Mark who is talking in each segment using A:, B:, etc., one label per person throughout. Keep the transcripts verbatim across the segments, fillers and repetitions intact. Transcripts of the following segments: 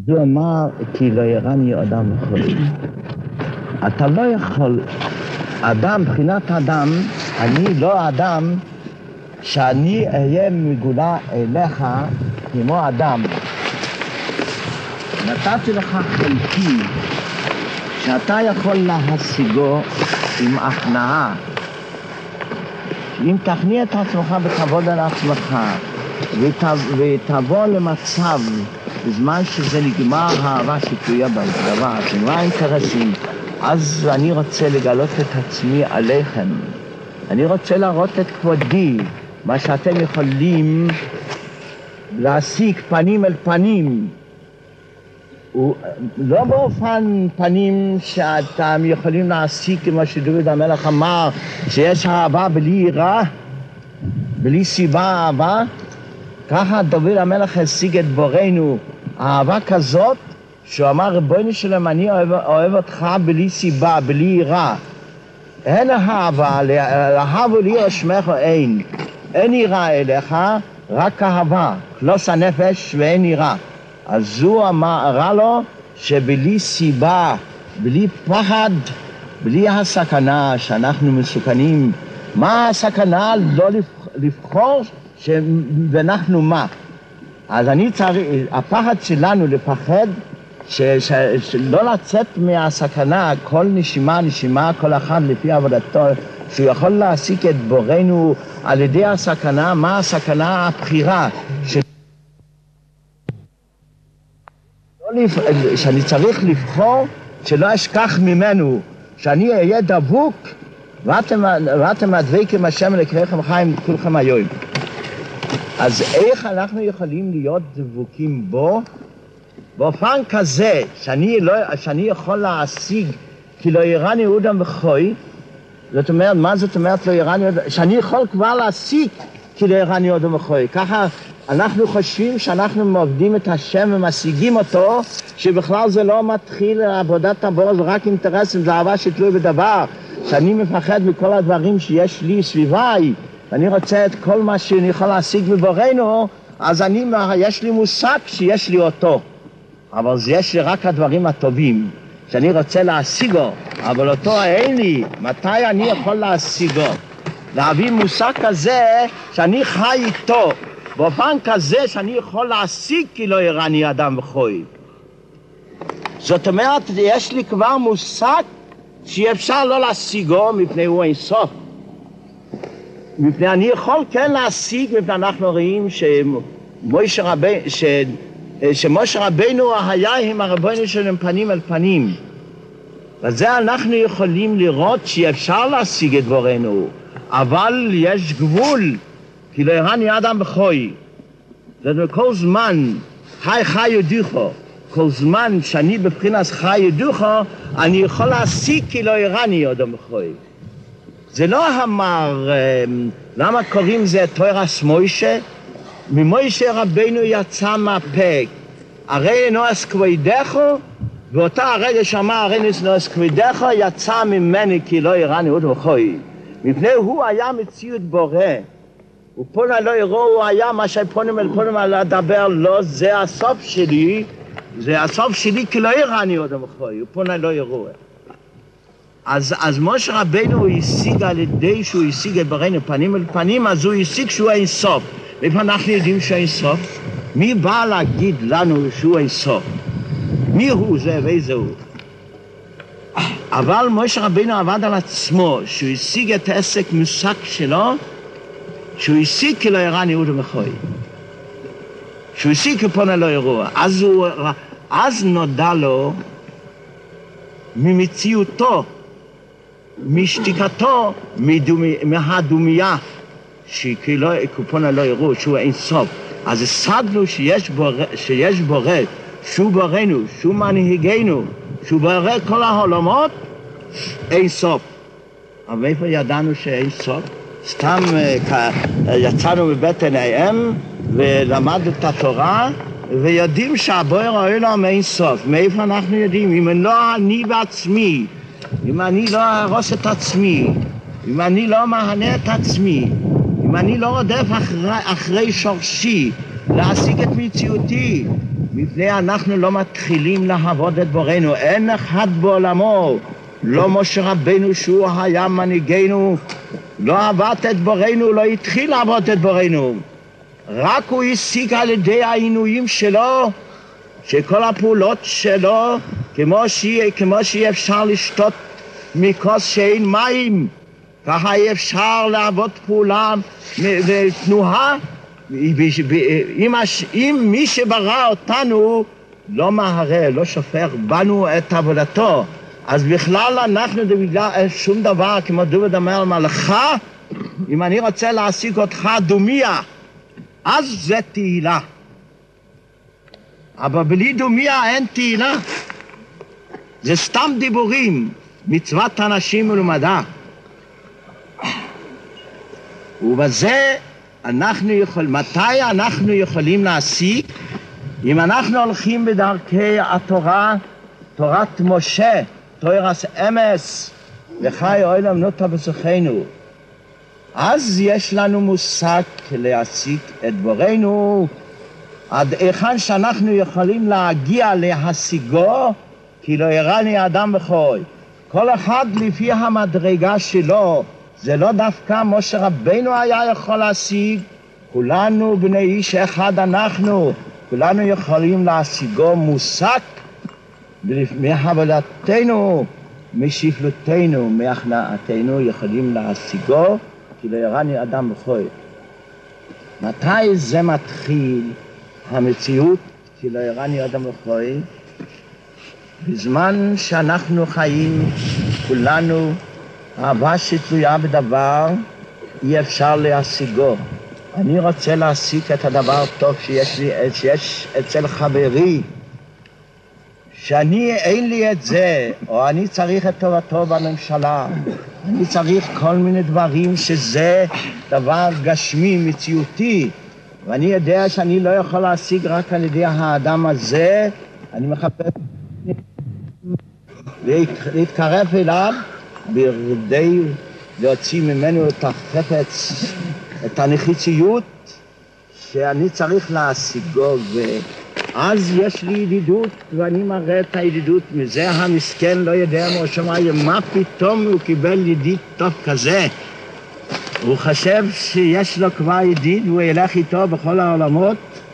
A: הוא אמר, כי לא יראני אדם יכול. אתה לא יכול, אדם, מבחינת אדם, אני לא אדם שאני אהיה מגולה אליך כמו אדם. נתתי לך חלקי שאתה יכול להשיגו עם הכנעה. אם תכניע את עצמך בכבוד על עצמך ותבוא למצב בזמן שזה נגמר האהבה שתלויה בדבר, שנגמר האינטרסים, אז אני רוצה לגלות את עצמי עליכם. אני רוצה להראות את כבודי, מה שאתם יכולים להשיג פנים אל פנים. לא באופן פנים שאתם יכולים להשיג כמו שדוד המלך אמר, שיש אהבה בלי יראה, בלי סיבה אהבה. ככה דוד המלך השיג את בורנו, אהבה כזאת, שהוא אמר, ריבונו שלם, אני אוהב, אוהב אותך בלי סיבה, בלי יראה. אין אהבה, לאהבו לי רשמך אין. אין יראה אליך, רק אהבה, כלוס הנפש ואין יראה. אז הוא אמר לו שבלי סיבה, בלי פחד, בלי הסכנה שאנחנו מסוכנים. מה הסכנה? לא לבחור שאנחנו מה? אז אני צריך, הפחד שלנו לפחד ש, ש, שלא לצאת מהסכנה, כל נשימה נשימה, כל אחד לפי עבודתו, שהוא יכול להשיג את בורנו על ידי הסכנה. מה הסכנה? הבחירה. ש... שאני צריך לבחור שלא אשכח ממנו, שאני אהיה דבוק ואתם, ואתם הדבקים השם לקראכם חיים כולכם היום. אז איך אנחנו יכולים להיות דבוקים בו? באופן כזה שאני, לא, שאני יכול להשיג כי לא יראני אדם וחוי. זאת אומרת, מה זאת אומרת לא יראני אדם? שאני יכול כבר להשיג כי לא יראני אדם וחוי. ככה אנחנו חושבים שאנחנו מעובדים את השם ומשיגים אותו, שבכלל זה לא מתחיל עבודת הבור, זה רק אינטרסים, זה אהבה שתלוי בדבר, שאני מפחד מכל הדברים שיש לי סביביי, ואני רוצה את כל מה שאני יכול להשיג מבורנו, אז אני, יש לי מושג שיש לי אותו, אבל זה יש לי רק הדברים הטובים, שאני רוצה להשיגו, אבל אותו אין לי. מתי אני יכול להשיגו? להביא מושג כזה שאני חי איתו, באופן כזה שאני יכול להשיג כי לא יראני אדם וחוי. זאת אומרת, יש לי כבר מושג שאפשר לא להשיגו מפני הוא אין סוף. מפני אני יכול כן להשיג, מפני אנחנו רואים שמשה רבינו, ש... שמשה רבינו היה עם הרבנו שלהם פנים אל פנים. וזה אנחנו יכולים לראות שאפשר להשיג את בורנו, אבל יש גבול. כי לא יראני אדם בחוי. זאת אומרת, כל זמן חי חי ידיחו, כל זמן שאני בבחינת חי ידיחו, אני יכול להשיג כי לא יראני אדם בחוי. זה לא אמר, למה קוראים זה תורס מוישה? ממוישה רבינו יצא מהפה, הרי נועס כבודךו, ואותה הרגע שאמר הרי נועס כבודךו, יצא ממני כי לא יראני אדם בחוי. מפני הוא היה מציאות בורא. ופונה לא יראו, הוא היה מה שפונים אל פונים על לדבר, לא, זה הסוף שלי, זה הסוף שלי כי לא יראני עוד המחוי, ופונה לא יראו. אז, אז משה רבינו הוא השיג על ידי שהוא השיג את בורנו פנים אל פנים, אז הוא השיג שהוא אין סוף. ואיפה אנחנו יודעים שהוא אין סוף? מי בא להגיד לנו שהוא אין סוף? מי הוא זה ואיזה הוא? אבל משה רבינו עבד על עצמו, שהוא השיג את העסק מושג שלו, שהוא השיג כי לא יראני אדם וחוי. שהוא השיג כי פונה לא יראו. אז, הוא, אז נודע לו ממציאותו, משתיקתו, מדומי, מהדומיה, שכי לא, פונה לא יראו, שהוא אין סוף. אז השגנו שיש בורא, שיש בורא, שהוא בורנו, שהוא מנהיגנו, שהוא בורא כל העולמות, אין סוף. אבל מאיפה ידענו שאין סוף? סתם יצאנו מבטן האם ולמד את התורה ויודעים שהבורא העולם אין סוף. מאיפה אנחנו יודעים? אם לא אני בעצמי, אם אני לא ארוס את עצמי, אם אני לא מהנה את עצמי, אם אני לא רודף אחרי, אחרי שורשי להשיג את מציאותי, מפני אנחנו לא מתחילים לעבוד את בורנו, אין אחד בעולמו, לא משה רבנו שהוא היה מנהיגנו, לא עבד את בורנו, לא התחיל לעבוד את בורנו, רק הוא השיג על ידי העינויים שלו, שכל הפעולות שלו, כמו שאי, כמו שאי אפשר לשתות מכוס שאין מים, ככה אי אפשר לעבוד פעולה ותנועה, אם, אם מי שברא אותנו לא מהרה, לא שופך בנו את עבודתו, אז בכלל אנחנו בגלל שום דבר, כמו דוד אומר למלאכה, אם אני רוצה להשיג אותך דומיה, אז זה תהילה. אבל בלי דומיה אין תהילה. זה סתם דיבורים, מצוות אנשים ולמדע. ובזה אנחנו יכולים, מתי אנחנו יכולים להשיג? אם אנחנו הולכים בדרכי התורה, תורת משה, תורס אמס, וחי אוהלם נוטה בסוכנו, אז יש לנו מושג להשיג את בורנו, עד איכן שאנחנו יכולים להגיע להשיגו, כי לא יראני אדם בחוי. כל אחד לפי המדרגה שלו, זה לא דווקא משה רבנו היה יכול להשיג, כולנו בני איש אחד אנחנו, כולנו יכולים להשיגו מושג מעבודתנו, משפלותנו, מהכנעתנו, יכולים להשיגו, כי לא יראני אדם בחוי. מתי זה מתחיל המציאות, כי לא יראני אדם בחוי? בזמן שאנחנו חיים, כולנו, אהבה שתלויה בדבר, אי אפשר להשיגו. אני רוצה להשיג את הדבר טוב שיש לי, שיש אצל חברי, שאני אין לי את זה, או אני צריך את טובתו בממשלה, אני צריך כל מיני דברים שזה דבר גשמי, מציאותי, ואני יודע שאני לא יכול להשיג רק על ידי האדם הזה, אני מחפש להתקרב אליו, בכדי להוציא ממנו את החפץ, את הנחיציות שאני צריך להשיגו, ואז יש לי ידידות ואני מראה את הידידות. מזה המסכן לא יודע מהשמיים, מה פתאום הוא קיבל ידיד טוב כזה? הוא חושב שיש לו כבר ידיד והוא ילך איתו בכל העולמות,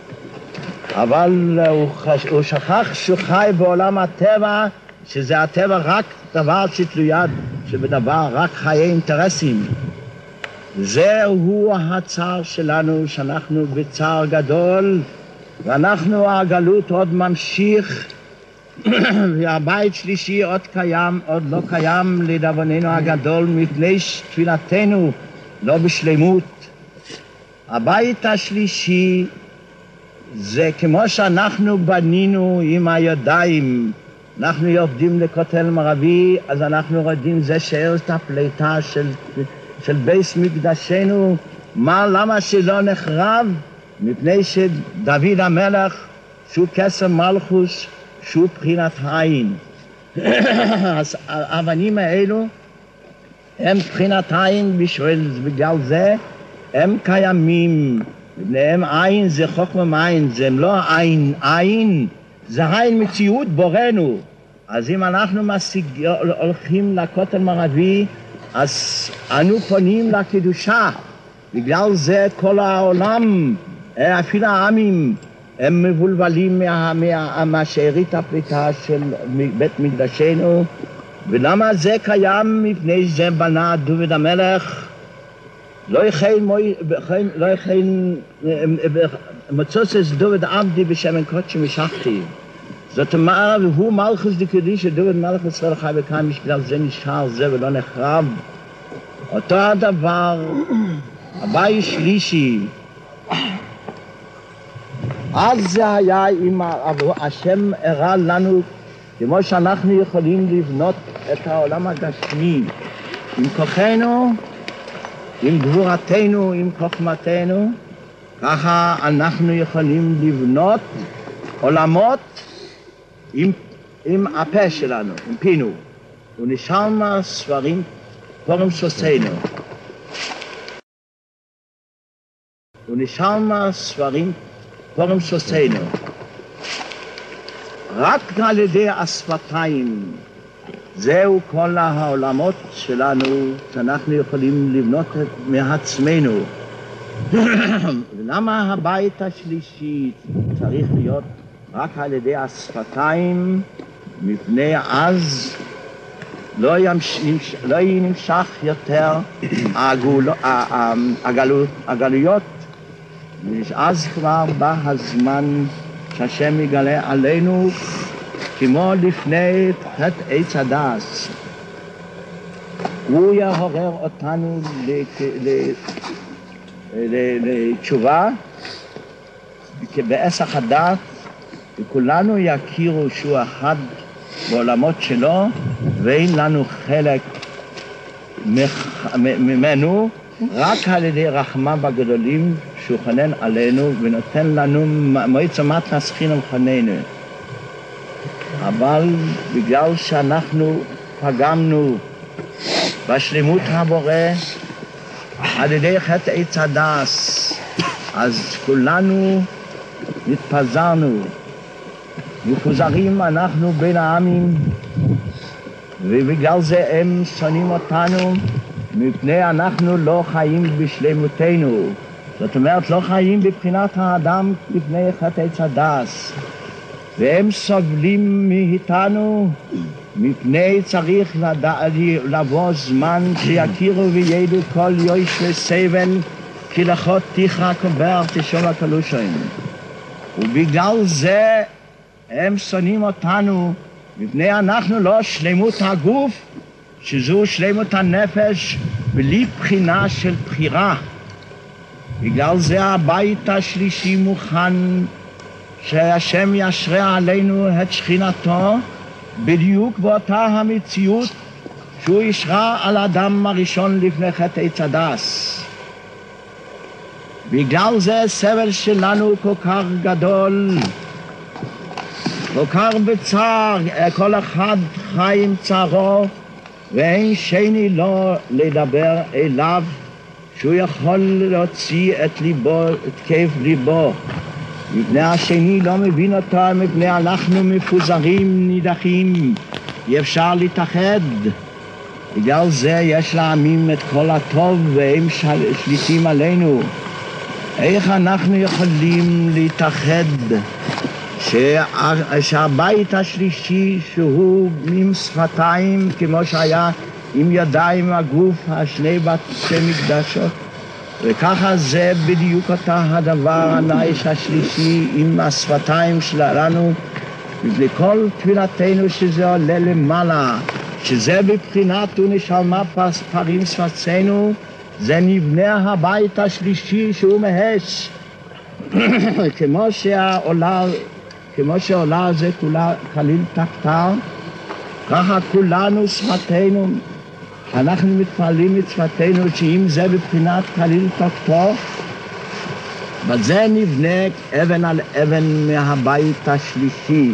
A: אבל הוא, חש... הוא שכח שהוא חי בעולם הטבע, שזה הטבע רק דבר שתלויה, שבדבר רק חיי אינטרסים. זהו הצער שלנו, שאנחנו בצער גדול, ואנחנו הגלות עוד ממשיך, והבית שלישי עוד קיים, עוד לא קיים לדאבוננו הגדול, מפני תפילתנו לא בשלמות. הבית השלישי זה כמו שאנחנו בנינו עם הידיים, אנחנו יורדים לכותל מערבי, אז אנחנו רואים זה שארץ הפליטה של, של בית מקדשנו. מה, למה שלא נחרב? מפני שדוד המלך, שהוא כסר מלכוס, שהוא בחינת עין. אז האבנים האלו הם בחינת עין, בשביל, בגלל זה הם קיימים. מפניהם עין זה חוכמה עין, זה לא עין עין, זה עין מציאות בורנו. אז אם אנחנו משיג, הולכים לכותל מערבי, אז אנו פונים לקדושה. בגלל זה כל העולם, אפילו העמים, הם מבולבלים מה, מה, מהשארית הפליטה של בית מקדשנו. ולמה זה קיים? מפני זה בנה דוד המלך, לא יכין, לא יכין, מצוסס דוד עבדי בשמן קודשי משכתי. זאת אומרת, והוא מלכוס דקדיש, דוד מלך ישראל חי וכאן, בגלל זה נשאר זה ולא נחרב. אותו הדבר, הבית שלישי, אז זה היה עם השם הראה לנו, כמו שאנחנו יכולים לבנות את העולם הגשמי, עם כוחנו, עם גבורתנו, עם חוכמתנו, ככה אנחנו יכולים לבנות עולמות עם, עם הפה שלנו, עם פינו. ונשאר מהספרים פורם סוסינו. ונשאר מהספרים פורם סוסינו. רק על ידי השפתיים. זהו כל העולמות שלנו שאנחנו יכולים לבנות מעצמנו. למה הבית השלישי צריך להיות רק על ידי השפתיים? מפני אז לא, ימש, לא נמשך יותר הגול, הגלו, הגלויות. אז כבר בא הזמן שהשם יגלה עלינו כמו לפני חטא עץ הדעת. הוא יעורר אותנו לתשובה בעסק הדעת, וכולנו יכירו שהוא אחד בעולמות שלו ואין לנו חלק ממנו, רק על ידי רחמיו הגדולים שהוא חנן עלינו ונותן לנו מועצת נסחין חננו. אבל בגלל שאנחנו פגמנו בשלמות הבורא על ידי חטא עץ הדעת, אז כולנו התפזרנו, מפוזרים אנחנו בין העמים, ובגלל זה הם שונאים אותנו, מפני אנחנו לא חיים בשלמותנו. זאת אומרת, לא חיים בבחינת האדם לפני חטא עץ הדעת. והם סובלים מאיתנו, מפני צריך לבוא זמן שיכירו וידעו כל יוש וסבל, כי לכות תיכרע קובר תשוב הקלושים. ובגלל זה הם שונאים אותנו, מפני אנחנו לא שלמות הגוף, שזו שלמות הנפש, בלי בחינה של בחירה. בגלל זה הבית השלישי מוכן, שהשם ישרה עלינו את שכינתו, בדיוק באותה המציאות שהוא ישרה על האדם הראשון לפני חטא עץ הדעת. בגלל זה הסבל שלנו כל כך גדול, כל כך בצער, כל אחד חי עם צערו, ואין שני לו לדבר אליו, שהוא יכול להוציא את ליבו, את כאב ליבו. מפני השני לא מבין אותו, מפני אנחנו מפוזרים, נידחים, אי אפשר להתאחד. בגלל זה יש לעמים את כל הטוב והם שליטים עלינו. איך אנחנו יכולים להתאחד? שהבית השלישי שהוא עם שפתיים כמו שהיה עם ידיים הגוף השני בתי מקדשות, וככה זה בדיוק אותה הדבר הנאיש השלישי עם השפתיים שלנו, לכל תפילתנו שזה עולה למעלה, שזה בבחינת ונשמה פרים שפתנו, זה נבנה הבית השלישי שהוא מהש. כמו שהעולה, כמו שהעולה זה כולה כליל תחתר, ככה כולנו שפתנו, אנחנו מתפעלים את שפתנו שאם זה בבחינת כליל תחתו, בזה נבנה אבן על אבן מהבית השלישי,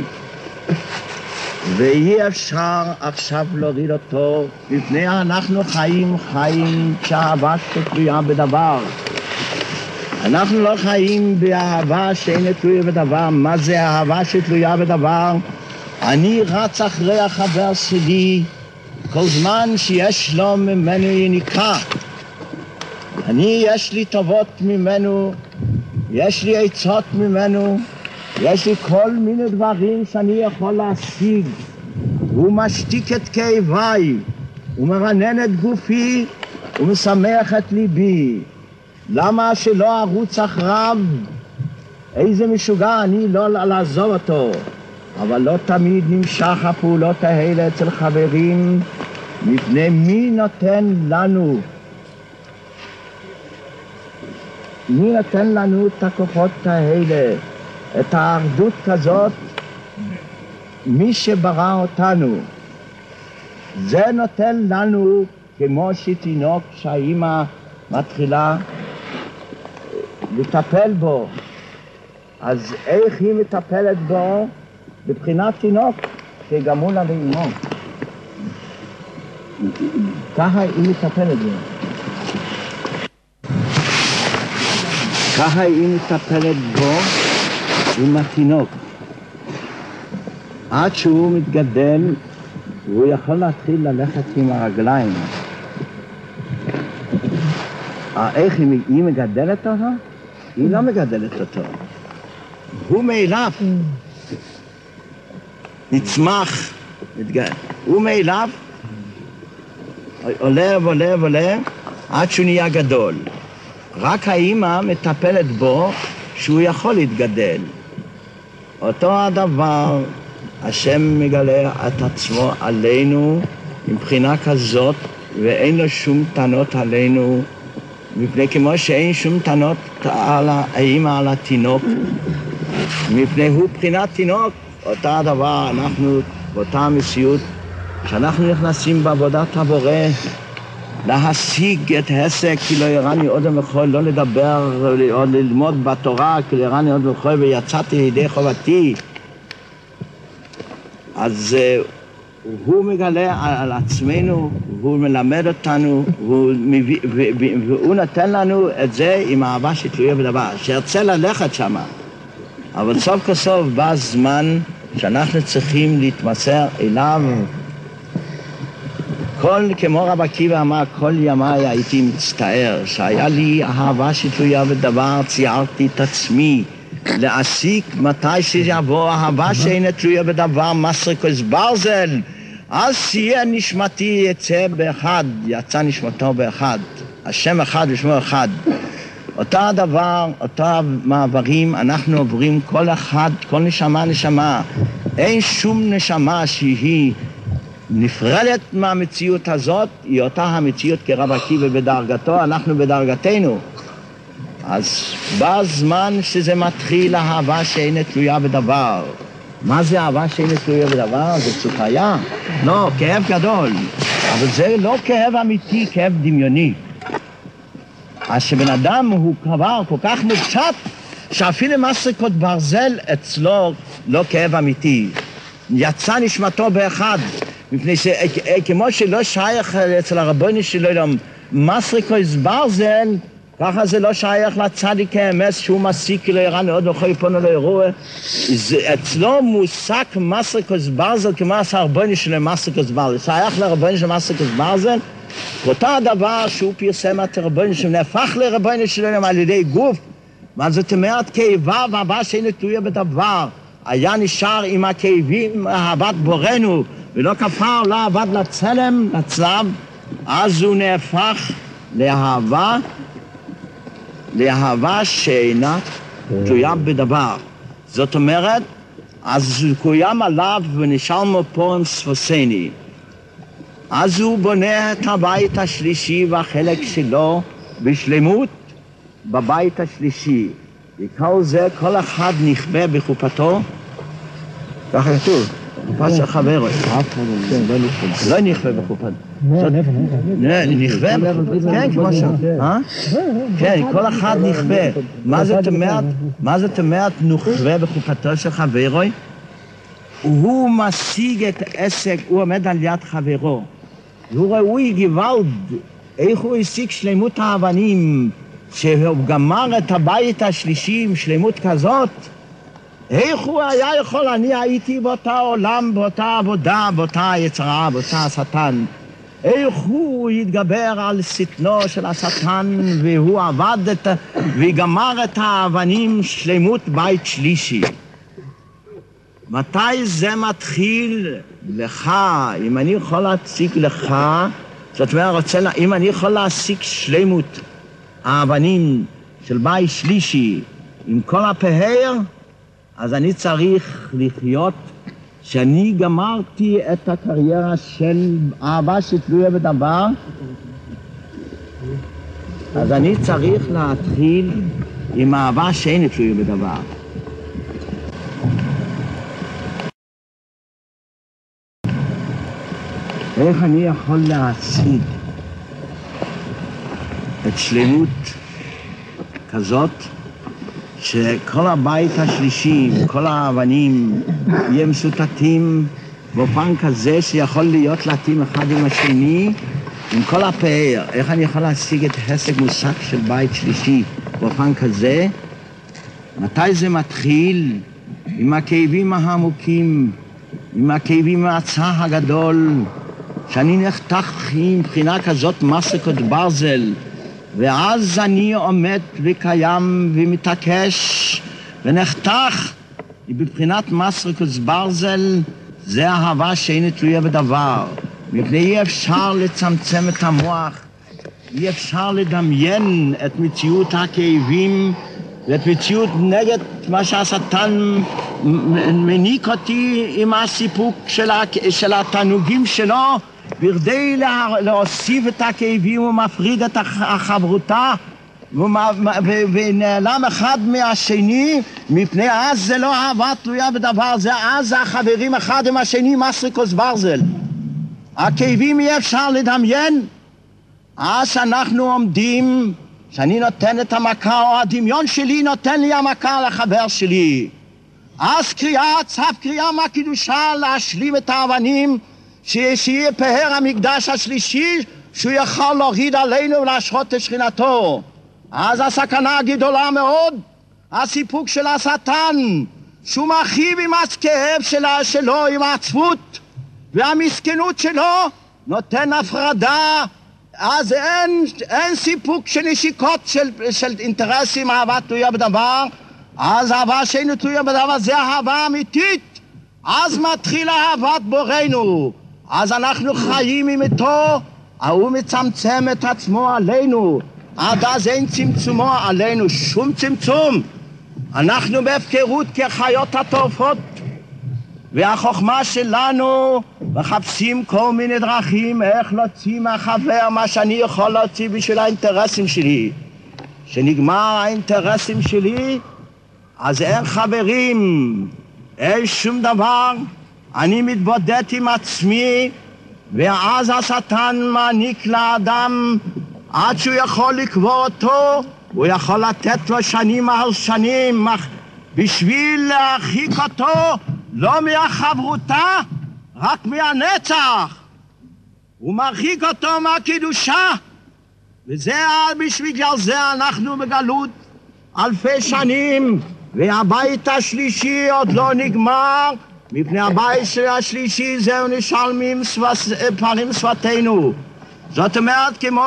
A: ואי אפשר עכשיו להוריד אותו, לפני אנחנו חיים חיים שהאהבה שתלויה בדבר. אנחנו לא חיים באהבה שאין תלויה בדבר. מה זה אהבה שתלויה בדבר? אני רץ אחרי החבר שלי כל זמן שיש לו ממנו יניקה. אני, יש לי טובות ממנו, יש לי עצות ממנו, יש לי כל מיני דברים שאני יכול להשיג. הוא משתיק את כאביי, הוא מרנן את גופי, הוא משמח את ליבי. למה שלא ארוץ אחריו? איזה משוגע אני לא לעזוב אותו. אבל לא תמיד נמשך הפעולות האלה אצל חברים, מפני מי נותן לנו? מי נותן לנו את הכוחות האלה, את האחדות כזאת? מי שברא אותנו. זה נותן לנו כמו שתינוק שהאימא מתחילה לטפל בו. אז איך היא מטפלת בו? בבחינת תינוק שגמול לה לאמו. ככה היא מטפלת בו. ככה היא מטפלת בו עם התינוק. עד שהוא מתגדל, הוא יכול להתחיל ללכת עם הרגליים. איך היא, היא מגדלת אותו? היא לא מגדלת אותו. הוא מאליו. נצמח, מתגדל. הוא מאליו, עולה ועולה ועולה, עד שהוא נהיה גדול. רק האמא מטפלת בו שהוא יכול להתגדל. אותו הדבר, השם מגלה את עצמו עלינו מבחינה כזאת, ואין לו שום טענות עלינו, מפני כמו שאין שום טענות על האמא על התינוק, מפני הוא בחינת תינוק. אותו הדבר, אנחנו באותה מציאות, שאנחנו נכנסים בעבודת הבורא, להשיג את העסק, כי לא ירני עוד ומחול, לא לדבר או ללמוד בתורה, כי לא ירני עוד ומחול, ויצאתי לידי חובתי. אז uh, הוא מגלה על עצמנו, הוא מלמד אותנו, והוא, מביא, והוא נותן לנו את זה עם אהבה שתלויה בדבר, שירצה ללכת שם. אבל סוף כסוף בא זמן שאנחנו צריכים להתמסר אליו. כל, כמו רב עקיבא אמר, כל ימיי הייתי מצטער, שהיה לי אהבה שתלויה בדבר, ציירתי את עצמי, להסיק מתי שיבוא אהבה שאינה תלויה בדבר, מסריקוס ברזל, אז תהיה נשמתי יצא באחד, יצא נשמתו באחד, השם אחד ושמו אחד. אותה הדבר, אותה מעברים, אנחנו עוברים כל אחד, כל נשמה נשמה. אין שום נשמה שהיא נפרדת מהמציאות הזאת, היא אותה המציאות כרב עקיבא בדרגתו, אנחנו בדרגתנו. אז בא זמן שזה מתחיל אהבה שאינה תלויה בדבר. מה זה אהבה שאינה תלויה בדבר? זה צוחיה? לא, כאב גדול. אבל זה לא כאב אמיתי, כאב דמיוני. אז שבן אדם הוא כבר כל כך מופשט, שאפילו מסריקות ברזל אצלו לא כאב אמיתי. יצא נשמתו באחד. מפני שכמו שלא שייך אצל הרבוני שלו, מסריקות ברזל, ככה זה לא שייך לצדיק האמס שהוא מסיק לא יראה מאוד וכל יפונו לא יראו. אצלו מוסק מסריקות ברזל כמו הרבוני שלו מסריקות ברזל. שייך לרבוני של מסריקות ברזל, אותו הדבר שהוא פרסם את הרבוני שלו, נהפך לרבוני שלו על ידי גוף. מה זאת אומרת? כאבה ואהבה שאינה תלויה בדבר. היה נשאר עם הכאבים אהבת בורנו, ולא כפר, לא עבד לצלם, לצלב, אז הוא נהפך לאהבה, לאהבה שאינה תלויה בדבר. זאת אומרת, אז הוא קוים עליו ונשאר מפון ספוסני. אז הוא בונה את הבית השלישי והחלק שלו בשלמות בבית השלישי. וכל זה, כל אחד נכווה בחופתו, ככה כתוב, חופה של חברו. לא נכווה בחופתו. נכווה בחופתו, כן, כמו שם. כן, כל אחד נכווה. מה זאת אומרת נכווה בחופתו של חברו? הוא משיג את עסק, הוא עומד על יד חברו. הוא ראוי גוואלד, איך הוא השיג שלמות האבנים, שהוא גמר את הבית השלישי עם שלמות כזאת, איך הוא היה יכול, אני הייתי באותה עולם, באותה עבודה, באותה יצרה, באותה השטן, איך הוא יתגבר על שטנו של השטן, והוא עבד את, וגמר את האבנים שלמות בית שלישי. מתי זה מתחיל לך? אם אני יכול להציג לך, זאת אומרת, רוצה, אם אני יכול להשיג שלמות האבנים של בית שלישי עם כל הפהר, אז אני צריך לחיות שאני גמרתי את הקריירה של אהבה שתלויה בדבר, אז אני צריך להתחיל עם אהבה שאין תלויה בדבר. איך אני יכול להשיג את שלמות כזאת שכל הבית השלישי, כל האבנים יהיה מסוטטים באופן כזה שיכול להיות להתאים אחד עם השני עם כל הפאר. איך אני יכול להשיג את השג מושג של בית שלישי באופן כזה? מתי זה מתחיל? עם הכאבים העמוקים עם הכאבים מהצער הגדול, שאני נחתך מבחינה כזאת מסריקות ברזל, ואז אני עומד וקיים ומתעקש ונחתך בבחינת מסריקות ברזל. זה אהבה שאין תלויה בדבר, מפני אי אפשר לצמצם את המוח, אי אפשר לדמיין את מציאות הכאבים ואת מציאות נגד מה שהשטן מניק אותי עם הסיפוק של, של התענוגים שלו, בכדי להוסיף את הכאבים ומפריד את החברותה, ונעלם אחד מהשני, מפני אז זה לא אהבה תלויה בדבר, זה אז החברים אחד עם השני מסריקוס ברזל. הכאבים אי אפשר לדמיין. אז אנחנו עומדים, שאני נותן את המכה, או הדמיון שלי נותן לי המכה לחבר שלי. אז קריאה, צו קריאה מהקדושה להשלים את האבנים, שיהיה פאר המקדש השלישי, שהוא יכול להוריד עלינו ולהשרות את שכינתו. אז הסכנה הגדולה מאוד, הסיפוק של השטן, שהוא מרחיב עם הכאב שלה, שלו, עם העצבות, והמסכנות שלו, נותן הפרדה. אז אין, אין סיפוק של נשיקות של, של אינטרסים, אהבה תלויה בדבר. אז אהבה שאינו תלויה בדבר, זה אהבה אמיתית. אז מתחיל אהבת בורנו. אז אנחנו חיים עם איתו, הוא מצמצם את עצמו עלינו. עד אז אין צמצומו עלינו, שום צמצום. אנחנו בהפקרות כחיות הטורפות, והחוכמה שלנו מחפשים כל מיני דרכים איך להוציא מהחבר מה שאני יכול להוציא בשביל האינטרסים שלי. שנגמר האינטרסים שלי, אז אין חברים, אין שום דבר, אני מתבודד עם עצמי, ואז השטן מעניק לאדם עד שהוא יכול לקבור אותו, הוא יכול לתת לו שנים על שנים בשביל להרחיק אותו, לא מהחברותה, רק מהנצח. הוא מרחיק אותו מהקדושה, וזה בשביל זה אנחנו בגלות אלפי שנים, והבית השלישי עוד לא נגמר, מפני הבית השלישי זהו נשלמים פרים שפתנו. זאת אומרת, כמו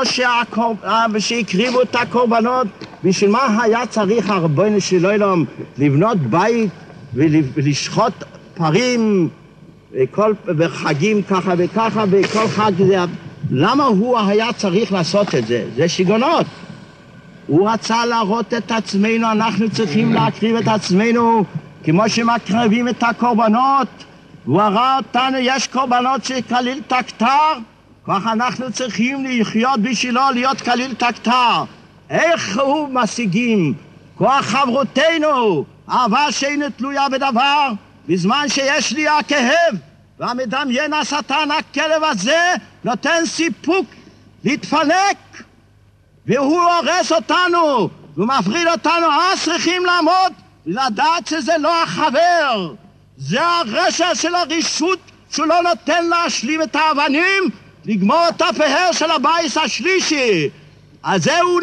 A: שהקריבו את הקורבנות, בשביל מה היה צריך הרבנו של עולם לבנות בית ולשחוט פרים וכל, בחגים ככה וככה וכל חג זה? למה הוא היה צריך לעשות את זה? זה שיגעונות. הוא רצה להראות את עצמנו, אנחנו צריכים להקריב את עצמנו כמו שמקריבים את הקורבנות. הוא הראה אותנו, יש קורבנות שכליל תקטר, כך אנחנו צריכים לחיות בשבילו, להיות כליל תקטר. איך הוא משיגים? כוח חברותנו, אהבה שאינה תלויה בדבר, בזמן שיש לי הכאב, והמדמיין השטן הכלב הזה נותן סיפוק להתפנק, והוא הורס אותנו, והוא מפריד אותנו. אז צריכים לעמוד, לדעת שזה לא החבר, זה הרשע של הרישות, שהוא לא נותן להשלים את האבנים, לגמור את הפאר של הבית השלישי. אז זהו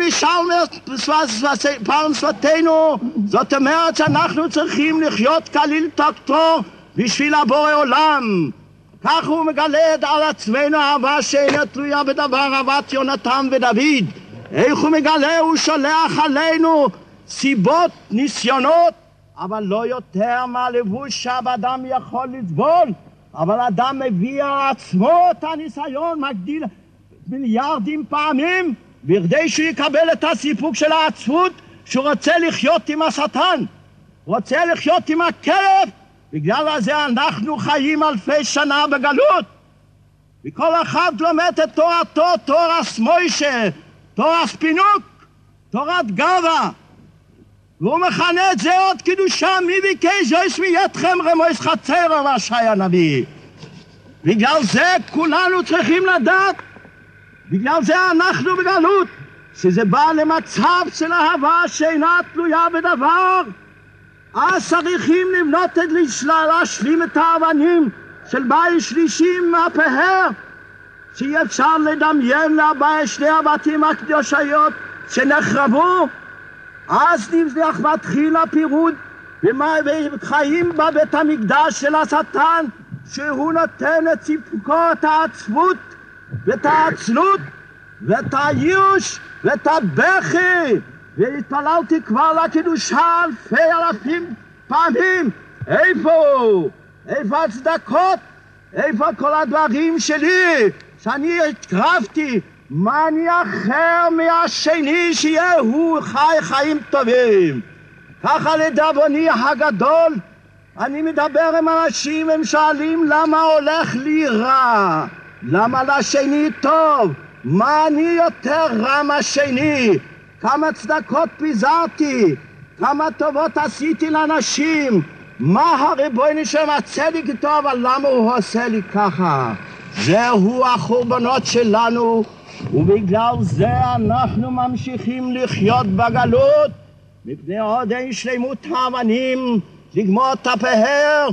A: נשאר פעם שפתנו. זאת אומרת שאנחנו צריכים לחיות כליל תקטור בשביל הבורא עולם. כך הוא מגלה על עצמנו אהבה שאינה תלויה בדבר, אהבת יונתן ודוד. איך הוא מגלה? הוא שולח עלינו סיבות, ניסיונות, אבל לא יותר מהלבוש שהאדם יכול לסבול. אבל אדם מביא על עצמו את הניסיון, מגדיל מיליארדים פעמים, בכדי שהוא יקבל את הסיפוק של העצבות, שהוא רוצה לחיות עם השטן, רוצה לחיות עם הכלב. בגלל זה אנחנו חיים אלפי שנה בגלות, וכל אחד לומד את תורתו, תורס מוישה, תורס פינוק, תורת גבה, והוא מכנה את זה עוד קדושה. מי ביקש זויס מידכם רמויס חצר, רש"י הנביא. בגלל זה כולנו צריכים לדעת, בגלל זה אנחנו בגלות, שזה בא למצב של אהבה שאינה תלויה בדבר. אז צריכים לבנות את להשלים את האבנים של בית שלישי מהפאר, שאי אפשר לדמיין לבית שני הבתים הקדושיות שנחרבו. אז נבדח מתחיל הפירוד, וחיים בבית המקדש של השטן, שהוא נותן את סיפוקו, את העצבות ואת העצלות ואת הייאוש ואת הבכי. והתפללתי כבר לקדושה אלפי אלפים פעמים. איפה? איפה הצדקות? איפה כל הדברים שלי שאני הקרבתי? מה אני אחר מהשני שיהיה הוא חי חיים טובים? ככה לדאבוני הגדול אני מדבר עם אנשים, הם שואלים למה הולך לי רע? למה לשני טוב? מה אני יותר רע מהשני? כמה צדקות פיזרתי? כמה טובות עשיתי לאנשים? מה הריבונו של הצדיק איתו, אבל למה הוא עושה לי ככה? זהו החורבנות שלנו, ובגלל זה אנחנו ממשיכים לחיות בגלות, מפני עוד אין שלמות האבנים לגמור את הפאר,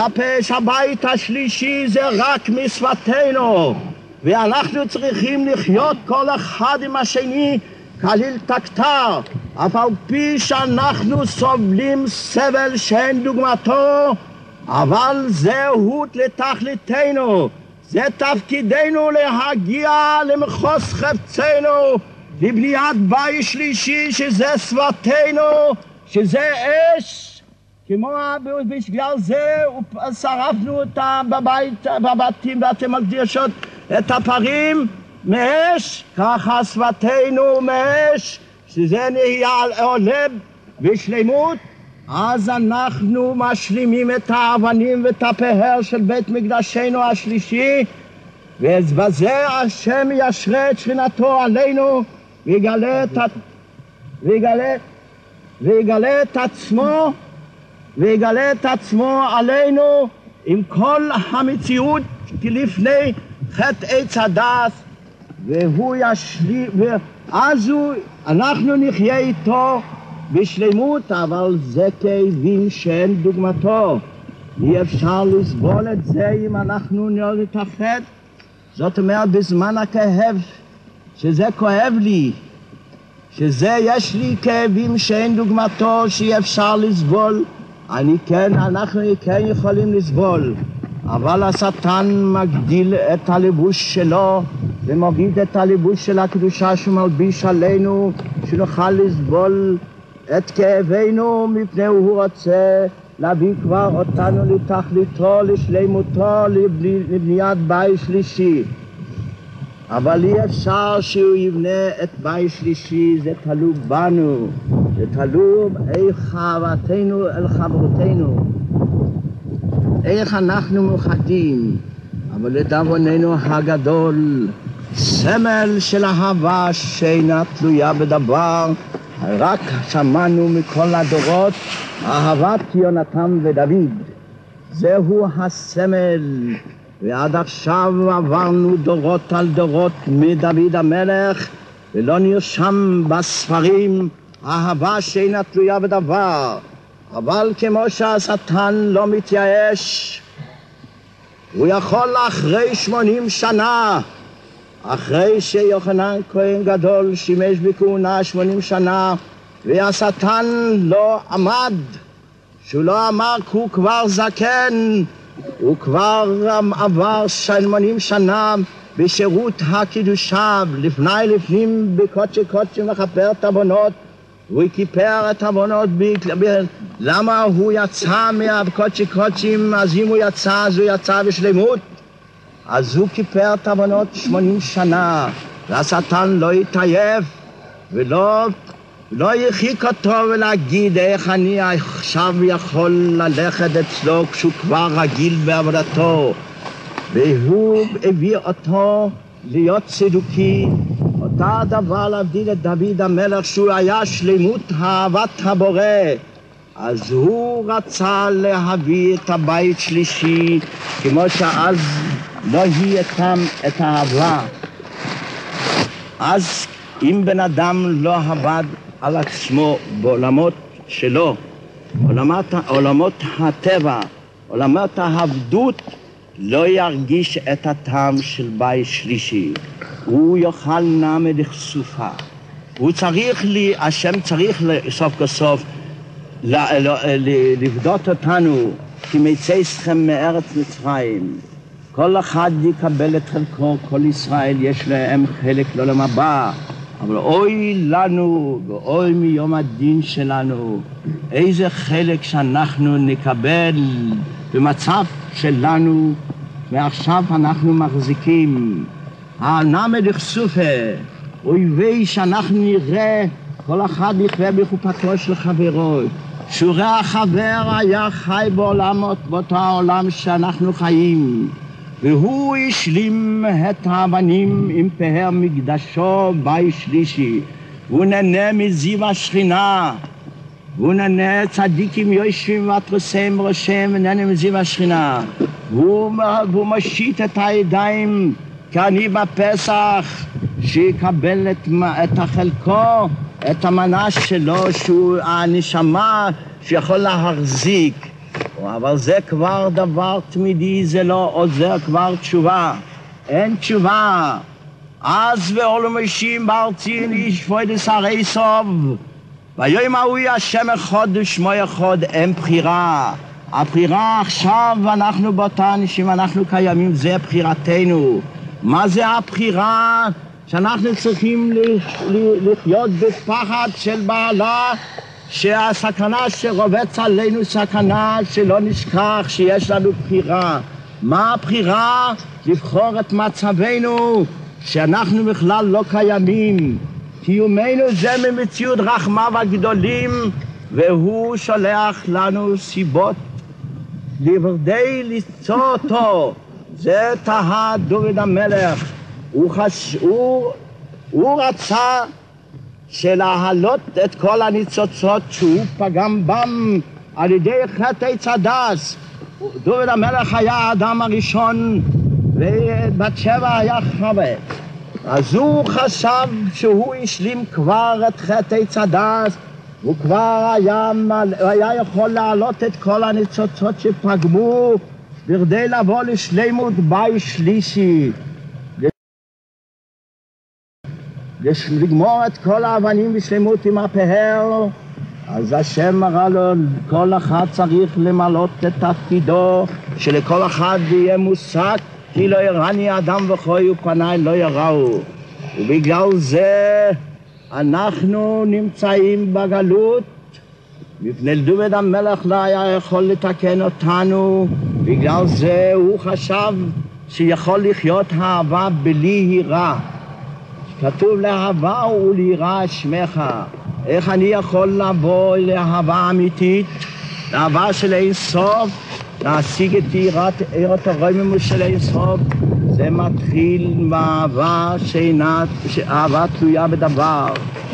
A: שהבית השלישי זה רק משפתנו, ואנחנו צריכים לחיות כל אחד עם השני כליל תקטר, אף על פי שאנחנו סובלים סבל שאין דוגמתו, אבל זהות לתכליתנו, זה תפקידנו להגיע למחוז חפצנו, לבניית בית שלישי שזה שפתנו, שזה אש, כמו בגלל זה שרפנו אותם בבית, בבתים ואתם מקדישות את הפרים מאש, ככה שפתנו מאש, שזה נהיה עולה בשלמות, אז אנחנו משלימים את האבנים ואת הפאר של בית מקדשנו השלישי, ובזה השם ישרה את שכינתו עלינו ויגלה את, ויגלה, ויגלה את עצמו ויגלה את עצמו עלינו עם כל המציאות לפני חטא עץ הדת, והוא ישלים, ואז הוא, אנחנו נחיה איתו בשלמות, אבל זה כאבים שאין דוגמתו. אי אפשר לסבול את זה אם אנחנו לא נתאחד. זאת אומרת, בזמן הכאב, שזה כואב לי, שזה יש לי כאבים שאין דוגמתו, שאי אפשר לסבול, אני כן, אנחנו כן יכולים לסבול, אבל השטן מגדיל את הלבוש שלו ומוריד את הלבוש של הקדושה שהוא מלביש עלינו, שנוכל לסבול את כאבינו, מפני הוא רוצה להביא כבר אותנו לתכליתו, לשלמותו, לבניית בית שלישי. אבל אי אפשר שהוא יבנה את בית שלישי, זה תלוי בנו, זה תלוי איך אהבתנו אל חברותינו, איך אנחנו מאוחדים. אבל לדאבוננו הגדול, סמל של אהבה שאינה תלויה בדבר, רק שמענו מכל הדורות אהבת יונתן ודוד, זהו הסמל. ועד עכשיו עברנו דורות על דורות מדוד המלך, ולא נרשם בספרים אהבה שאינה תלויה בדבר. אבל כמו שהשטן לא מתייאש, הוא יכול אחרי שמונים שנה, אחרי שיוחנן כהן גדול שימש בכהונה שמונים שנה, והשטן לא עמד, שהוא לא אמר כי הוא כבר זקן, הוא כבר עבר שמונים שנה בשירות הקדושה, לפני לפנים בקודשי קודשים לכפר את עוונות, הוא כיפר את עוונות. למה הוא יצא מהקודשי קודשים? אז אם הוא יצא, אז הוא יצא בשלמות, אז הוא כיפר את עוונות שמונים שנה, והשטן לא יתעייף ולא לא יחיק אותו ולהגיד איך אני עכשיו יכול ללכת אצלו כשהוא כבר רגיל בעבודתו. והוא הביא אותו להיות צדוקי, אותה דבר להבדיל את דוד המלך שהוא היה שלמות אהבת הבורא, אז הוא רצה להביא את הבית שלישי כמו שאז לא היא אתם את האהבה. אז אם בן אדם לא עבד על עצמו בעולמות שלו, עולמות, עולמות הטבע, עולמות העבדות, לא ירגיש את הטעם של בית שלישי. הוא יאכל נמי לחשופה. הוא צריך לי, השם צריך סוף כסוף לבדות אותנו כי מצא אתכם מארץ מצרים. כל אחד יקבל את חלקו, כל ישראל יש להם חלק לעולם הבא. אבל אוי לנו ואוי מיום הדין שלנו, איזה חלק שאנחנו נקבל במצב שלנו, ועכשיו אנחנו מחזיקים. הנמד יחשופה, אויבי שאנחנו נראה, כל אחד יחווה בחופתו של חברו. שורי החבר היה חי בעולם, באותו העולם שאנחנו חיים. והוא השלים את האבנים עם פאר מקדשו בית שלישי. הוא נהנה מזיו השכינה. הוא נהנה צדיקים יושבים ותרסיהם ראשיהם ונהנה מזיו השכינה. והוא, והוא מושיט את הידיים כעני בפסח, שיקבל את, את החלקו, את המנה שלו, שהוא הנשמה שיכול להחזיק. אבל זה כבר דבר תמידי, זה לא עוזר כבר תשובה. אין תשובה. אז ועולו משים בארצין איש פוידס הרי סוב. ויום ההוא השם אחד ושמו אחד, אין בחירה. הבחירה עכשיו אנחנו באותה אנשים, אנחנו קיימים, זה בחירתנו. מה זה הבחירה? שאנחנו צריכים לחיות בפחד של בעלה, שהסכנה שרובץ עלינו סכנה שלא נשכח שיש לנו בחירה. מה הבחירה? לבחור את מצבנו שאנחנו בכלל לא קיימים. קיומנו זה ממציאות רחמיו הגדולים, והוא שולח לנו סיבות לבדי ליצור אותו. זה תהה דוד המלך. הוא, חש... הוא... הוא רצה שלהעלות את כל הניצוצות שהוא פגם בם על ידי חטא עץ הדס. דוד המלך היה האדם הראשון ובת שבע היה חווה. אז הוא חשב שהוא השלים כבר את חטא עץ הדס, הוא כבר היה, היה יכול להעלות את כל הניצוצות שפגמו בכדי לבוא לשלימות בית שלישי. לגמור את כל האבנים בשלמות עם הפאר. אז השם אמר לו, כל אחד צריך למלות את תפקידו, שלכל אחד יהיה מושג, כי לא יראני אדם וכוי ופניי לא יראו. ובגלל זה אנחנו נמצאים בגלות. מפני דוד המלך לא היה יכול לתקן אותנו, בגלל זה הוא חשב שיכול לחיות אהבה בלי היראה. כתוב לאהבה וליראה שמך. איך אני יכול לבוא לאהבה אמיתית, לאהבה של אין סוף, להשיג את יראת הרוממות של אין סוף? זה מתחיל באהבה שאינה, אהבה תלויה בדבר.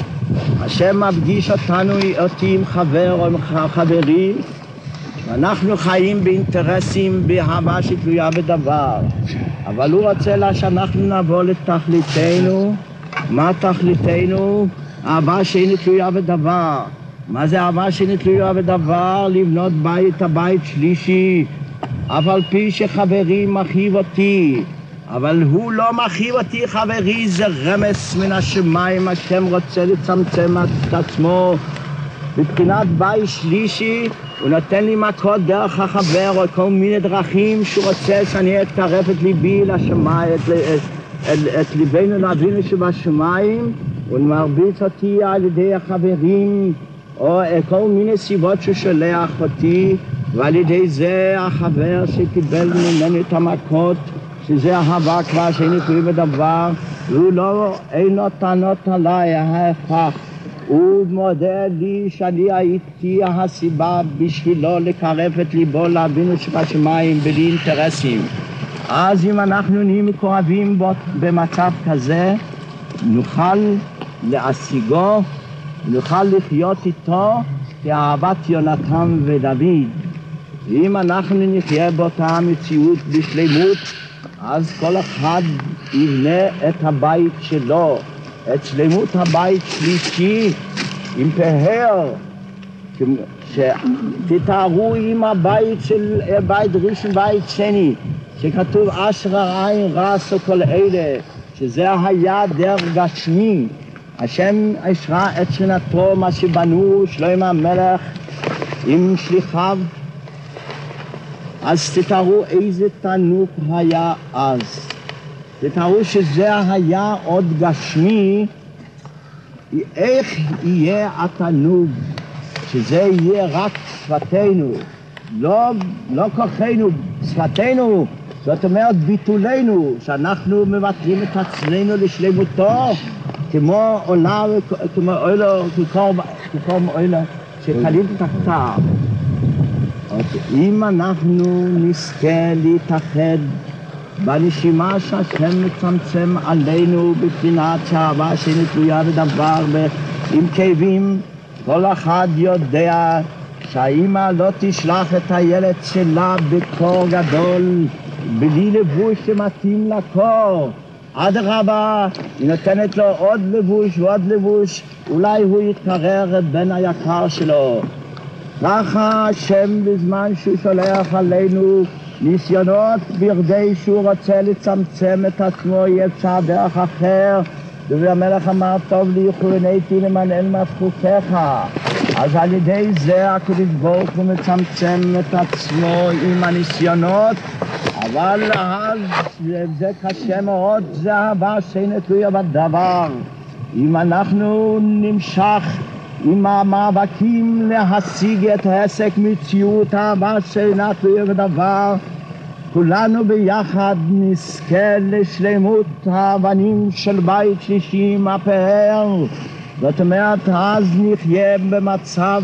A: השם מפגיש אותנו, אותי עם חבר או עם חברים, ואנחנו חיים באינטרסים, באהבה שתלויה בדבר. אבל הוא רוצה לה שאנחנו נבוא לתכליתנו. מה תכליתנו? אהבה שאינה תלויה בדבר. מה זה אהבה שאינה תלויה בדבר? לבנות בית, הבית שלישי. אף על פי שחברי מכאיב אותי, אבל הוא לא מכאיב אותי. חברי זה רמז מן השמיים, השם רוצה לצמצם את עצמו מבחינת בית שלישי. הוא נותן לי מכות דרך החבר או כל מיני דרכים שהוא רוצה שאני אתקרב את ליבי לשמיים, את, את, את, את ליבנו לאבינו שבשמיים. הוא מרביץ אותי על ידי החברים או כל מיני סיבות שהוא שולח אותי, ועל ידי זה החבר שקיבל ממנו את המכות, שזה אהבה כבר שאיני תלוי בדבר, הוא לא, אין לו טענות עליי, ההפך. הוא מודה לי שאני הייתי הסיבה בשבילו לקרב את ליבו לאבינו שבשמיים בלי אינטרסים. אז אם אנחנו נהיים מקורבים במצב כזה, נוכל להשיגו, נוכל לחיות איתו כאהבת יונתן ודוד. ואם אנחנו נחיה באותה מציאות בשלמות, אז כל אחד יבנה את הבית שלו, את שלמות הבית שלישי עם פאר, שתתארו עם הבית של בית ראשון בית שני, שכתוב אשר עין רס וכל אלה, שזה היה דרך גשמי. השם אשרה את שכינתו, מה שבנו שלמה המלך עם שליחיו, אז תתארו איזה תענוג היה אז. תתארו שזה היה עוד גשמי, איך יהיה התענוג, שזה יהיה רק שפתנו, לא, לא כוחנו, שפתנו, זאת אומרת ביטולנו, שאנחנו מבטלים את עצמנו לשלמותו, כמו עולה, כמו עולה, כקום עולה, שקלים תחתיו. אם אנחנו נזכה להתאחד בנשימה שהשם מצמצם עלינו בבחינת שהאהבה שאינה תלויה בדבר עם כאבים, כל אחד יודע שהאמא לא תשלח את הילד שלה בקור גדול בלי לבוש שמתאים לקור. אדרבה, היא נותנת לו עוד לבוש ועוד לבוש, אולי הוא יתקרר בן היקר שלו. ככה השם בזמן שהוא שולח עלינו ניסיונות בכדי שהוא רוצה לצמצם את עצמו, יהיה אפשר דרך אחר. דוד המלך אמר, טוב לי וכוונתי למנהל מפחותיך. אז על ידי זה הקדוש ברוך הוא מצמצם את עצמו עם הניסיונות, אבל אז זה קשה מאוד, זה אהבה שאינה תלויה בדבר. אם אנחנו נמשך עם המאבקים להשיג את העסק מציאות האהבה שאינה תלויה בדבר, כולנו ביחד נזכה לשלמות האבנים של בית שלישי עם הפאר. זאת אומרת, אז נחיה במצב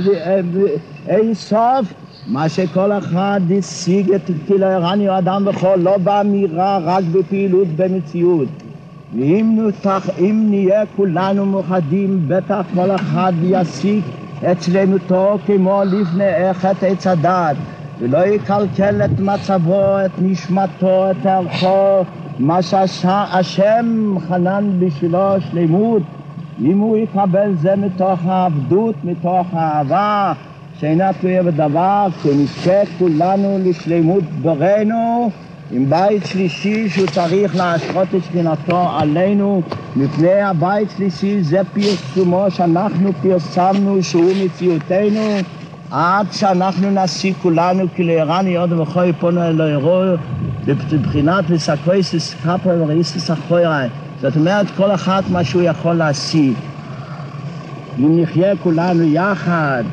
A: אין סוף, מה שכל אחד השיג את כאילו הרניו אדם בכל, לא באמירה, רק בפעילות במציאות. ואם נותח, אם נהיה כולנו מאוחדים, בטח כל אחד ישיג את שלמותו כמו לפני חטא עץ הדת, ולא יקלקל את מצבו, את נשמתו, את ערכו, מה שהשם חנן בשבילו שלמות. אם הוא יקבל זה מתוך העבדות, מתוך האהבה, שאינה תלויה בדבר, שנזכה כולנו לשלמות בורנו, עם בית שלישי שהוא צריך להשרות את שכינתו עלינו, מפני הבית שלישי זה פרסומו שאנחנו פרסמנו שהוא מציאותנו, עד שאנחנו נשיג כולנו כלהרני עוד וכוי פונו אלוהירו, לבחינת וסקויסיס קפר וראיסיס אחוירי. זאת אומרת, כל אחד מה שהוא יכול להשיג. אם נחיה כולנו יחד,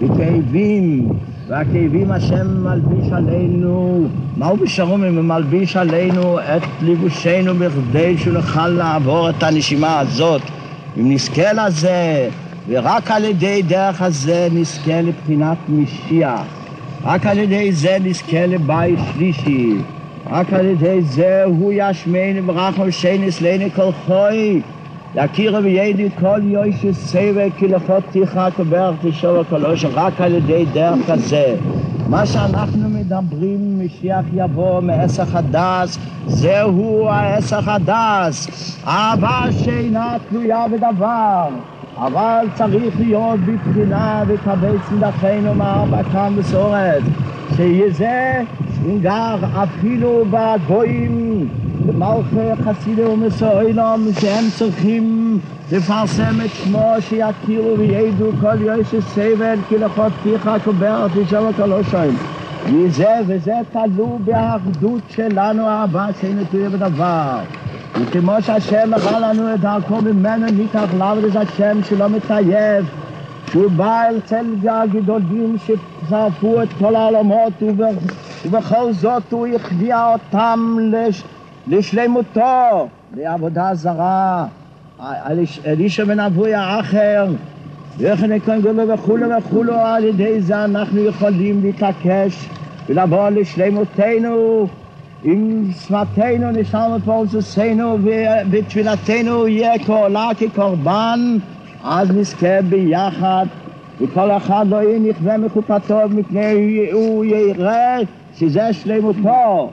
A: בכאבים, והכאבים השם מלביש עלינו, מהו בשרום אם הוא מלביש עלינו את לבושנו בכדי שנוכל לעבור את הנשימה הזאת. אם נזכה לזה, ורק על ידי דרך הזה נזכה לבחינת משיח. רק על ידי זה נזכה לבית שלישי. רק על ידי זה הוא ישמענו ברחמו שיינס לעיני כל חוי. יכירו בידי כל יויש סבב כלכות תיכה כברך תשוב כל אושר. רק על ידי דרך כזה. מה שאנחנו מדברים, משיח יבוא מעסק הדס, זהו העסק הדס. אהבה שאינה תלויה בדבר. אבל צריך להיות בבחינה וקבץ מדכנו מארבע כאן מסורת. שיהיה זה נגר אפילו בגויים, במלכי חסידי ומסוילם, שהם צריכים לפרסם את שמו, שיכירו וידעו כל יושב סבל, כי לכל פיך כברת תשוב כל אושים. וזה וזה תלו באחדות שלנו, אהבה שאינה תלויה בדבר. וכמו שהשם הראה לנו את דרכו ממנו, ניקח לעבוד את השם שלא מתעייף, שהוא בא אל צל הגדולים ששרפו את כל העולמות, ובכל זאת הוא הכביע אותם לש... לשלמותו, לעבודה זרה, אלישע בן אבוי האחר, וכן כהן וכולו וכולו. על ידי זה אנחנו יכולים להתעקש ולבוא לשלמותנו. אם שפתנו נשארנו פרוססנו ובתפילתנו יהיה כעולה כקורבן, אז נזכה ביחד, וכל אחד לא יהיה נכווה מחופתו, מפני הוא יראה שזה שלמותו,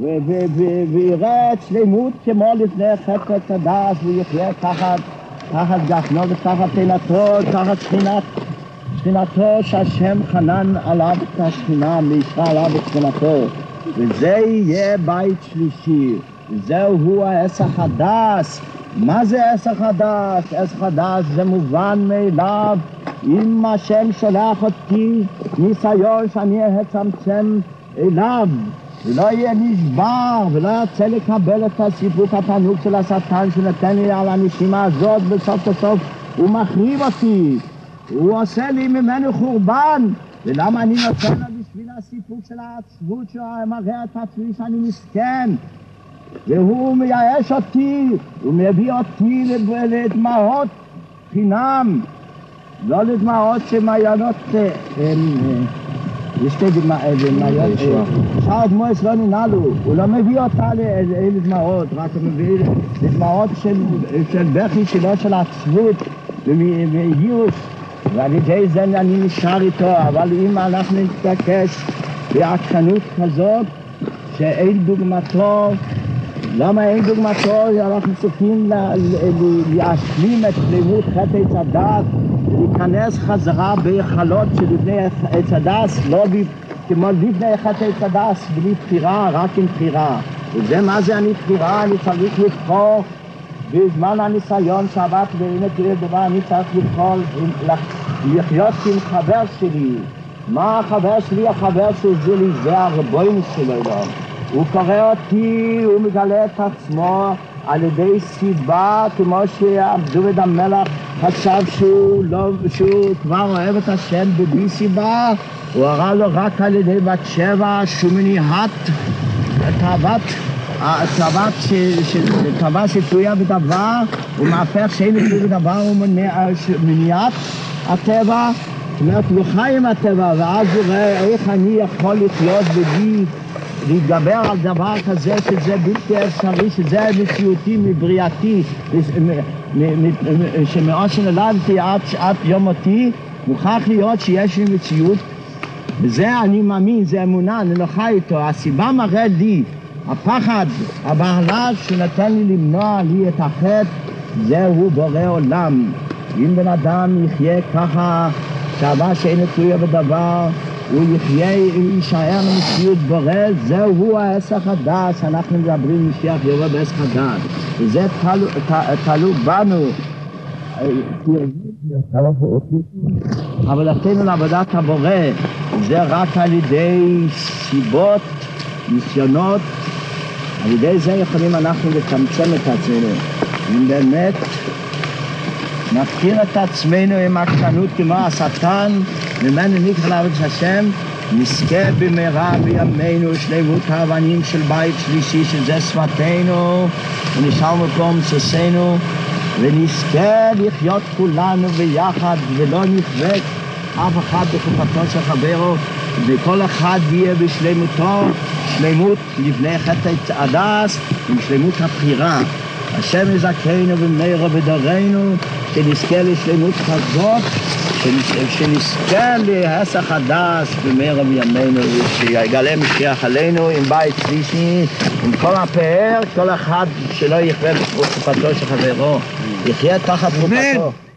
A: ויראה את שלמות כמו לפני חטא עץ הדת, והוא יחיה תחת תחת גחנו ותחת תהילתו, תחת שכינת שכינתו שהשם חנן עליו את השכינה, מישרה עליו את שכינתו. וזה יהיה בית שלישי, וזהו העסק הדס. מה זה עסק הדס? עסק הדס זה מובן מאליו. אם השם שולח אותי ניסיון שאני אצמצם אליו, ולא יהיה נשבר, ולא ירצה לקבל את הסיפוק התענוג של השטן שנתן לי על הנשימה הזאת, בסוף בסוף הוא מחריב אותי, הוא עושה לי ממנו חורבן, ולמה אני נותן לו בשביל הסיפוק של העצבות שמראה את עצמי שאני מסכן, והוא מייאש אותי, הוא מביא אותי לדמעות חינם, לא לדמעות שמעיינות, יש שתי דמעות, שאר הדמעות לא ננעלו, הוא לא מביא אותה לדמעות, רק הוא מביא לדמעות של בכי שלו, של עצבות וייאוש, ועל ידי זה אני נשאר איתו, אבל אם אנחנו נתעקש בעקשנות כזאת שאין דוגמתו, למה אין דוגמתו? אנחנו צריכים להשלים את שלמות חטא עץ הדת, להיכנס חזרה בהיכלות שלפני עץ הדת, לא כמו לפני חטא עץ הדת, בלי בחירה, רק עם בחירה. וזה מה זה אני בחירה? אני צריך לבחור בזמן הניסיון שעבד והנה תראה דבר, אני צריך לבחור לחיות עם חבר שלי. מה החבר שלי? החבר שלי זה הרבוינוס שלו. הוא קורא אותי, הוא מגלה את עצמו על ידי סיבה, כמו שעבדוד המלך חשב שהוא, לא, שהוא כבר אוהב את השם בלי סיבה, הוא הראה לו רק על ידי בת שבע שהוא מניעת תאוות, תאווה שתלויה בדבר, הוא מהפך שאין תלוי בדבר, הוא מניעת הטבע, זאת אומרת, הוא חי עם הטבע, ואז הוא רואה איך אני יכול לחיות בלי להתגבר על דבר כזה שזה בלתי אפשרי, שזה מציאותי מבריאתי, שמאוד שנולדתי עד, עד יום מותי, מוכרח להיות שיש לי מציאות, וזה אני מאמין, זה אמונה, אני לא חי איתו. הסיבה מראה לי, הפחד, הבהלה שנתן לי למנוע לי את החטא, זהו בורא עולם. אם בן אדם יחיה ככה, שעבה שאין תלויה בדבר, הוא יחיה, יישאר למציאות בורא, זהו ההסך הדעת, אנחנו מדברים משיח יורה בהסך הדעת. וזה תלו בנו, אבל עבודתנו לעבודת הבורא, זה רק על ידי סיבות, ניסיונות, על ידי זה יכולים אנחנו לצמצם את עצמנו. אם באמת נבחין את עצמנו עם עקשנות כמו השטן, ממנו נקרא לעבוד את השם, נזכה במהרה בימינו שלמות האבנים של בית שלישי, שזה שפתנו, ונשאר מקום סוסנו, ונזכה לחיות כולנו ביחד, ולא נפרק אף אחד בחופתו של חברו, וכל אחד יהיה בשלמותו, שלמות לפני חטא הדעת, עם שלמות הבחירה. השם יזכנו במהרה בדורנו, שנזכה לשלמות כזאת, שנזכה להסך הדעת במהרה בימינו, שיגלה משיח עלינו עם בית שלישי, עם כל הפאר, כל אחד שלא יחווה בחופתו של חברו, יחיה תחת חופתו.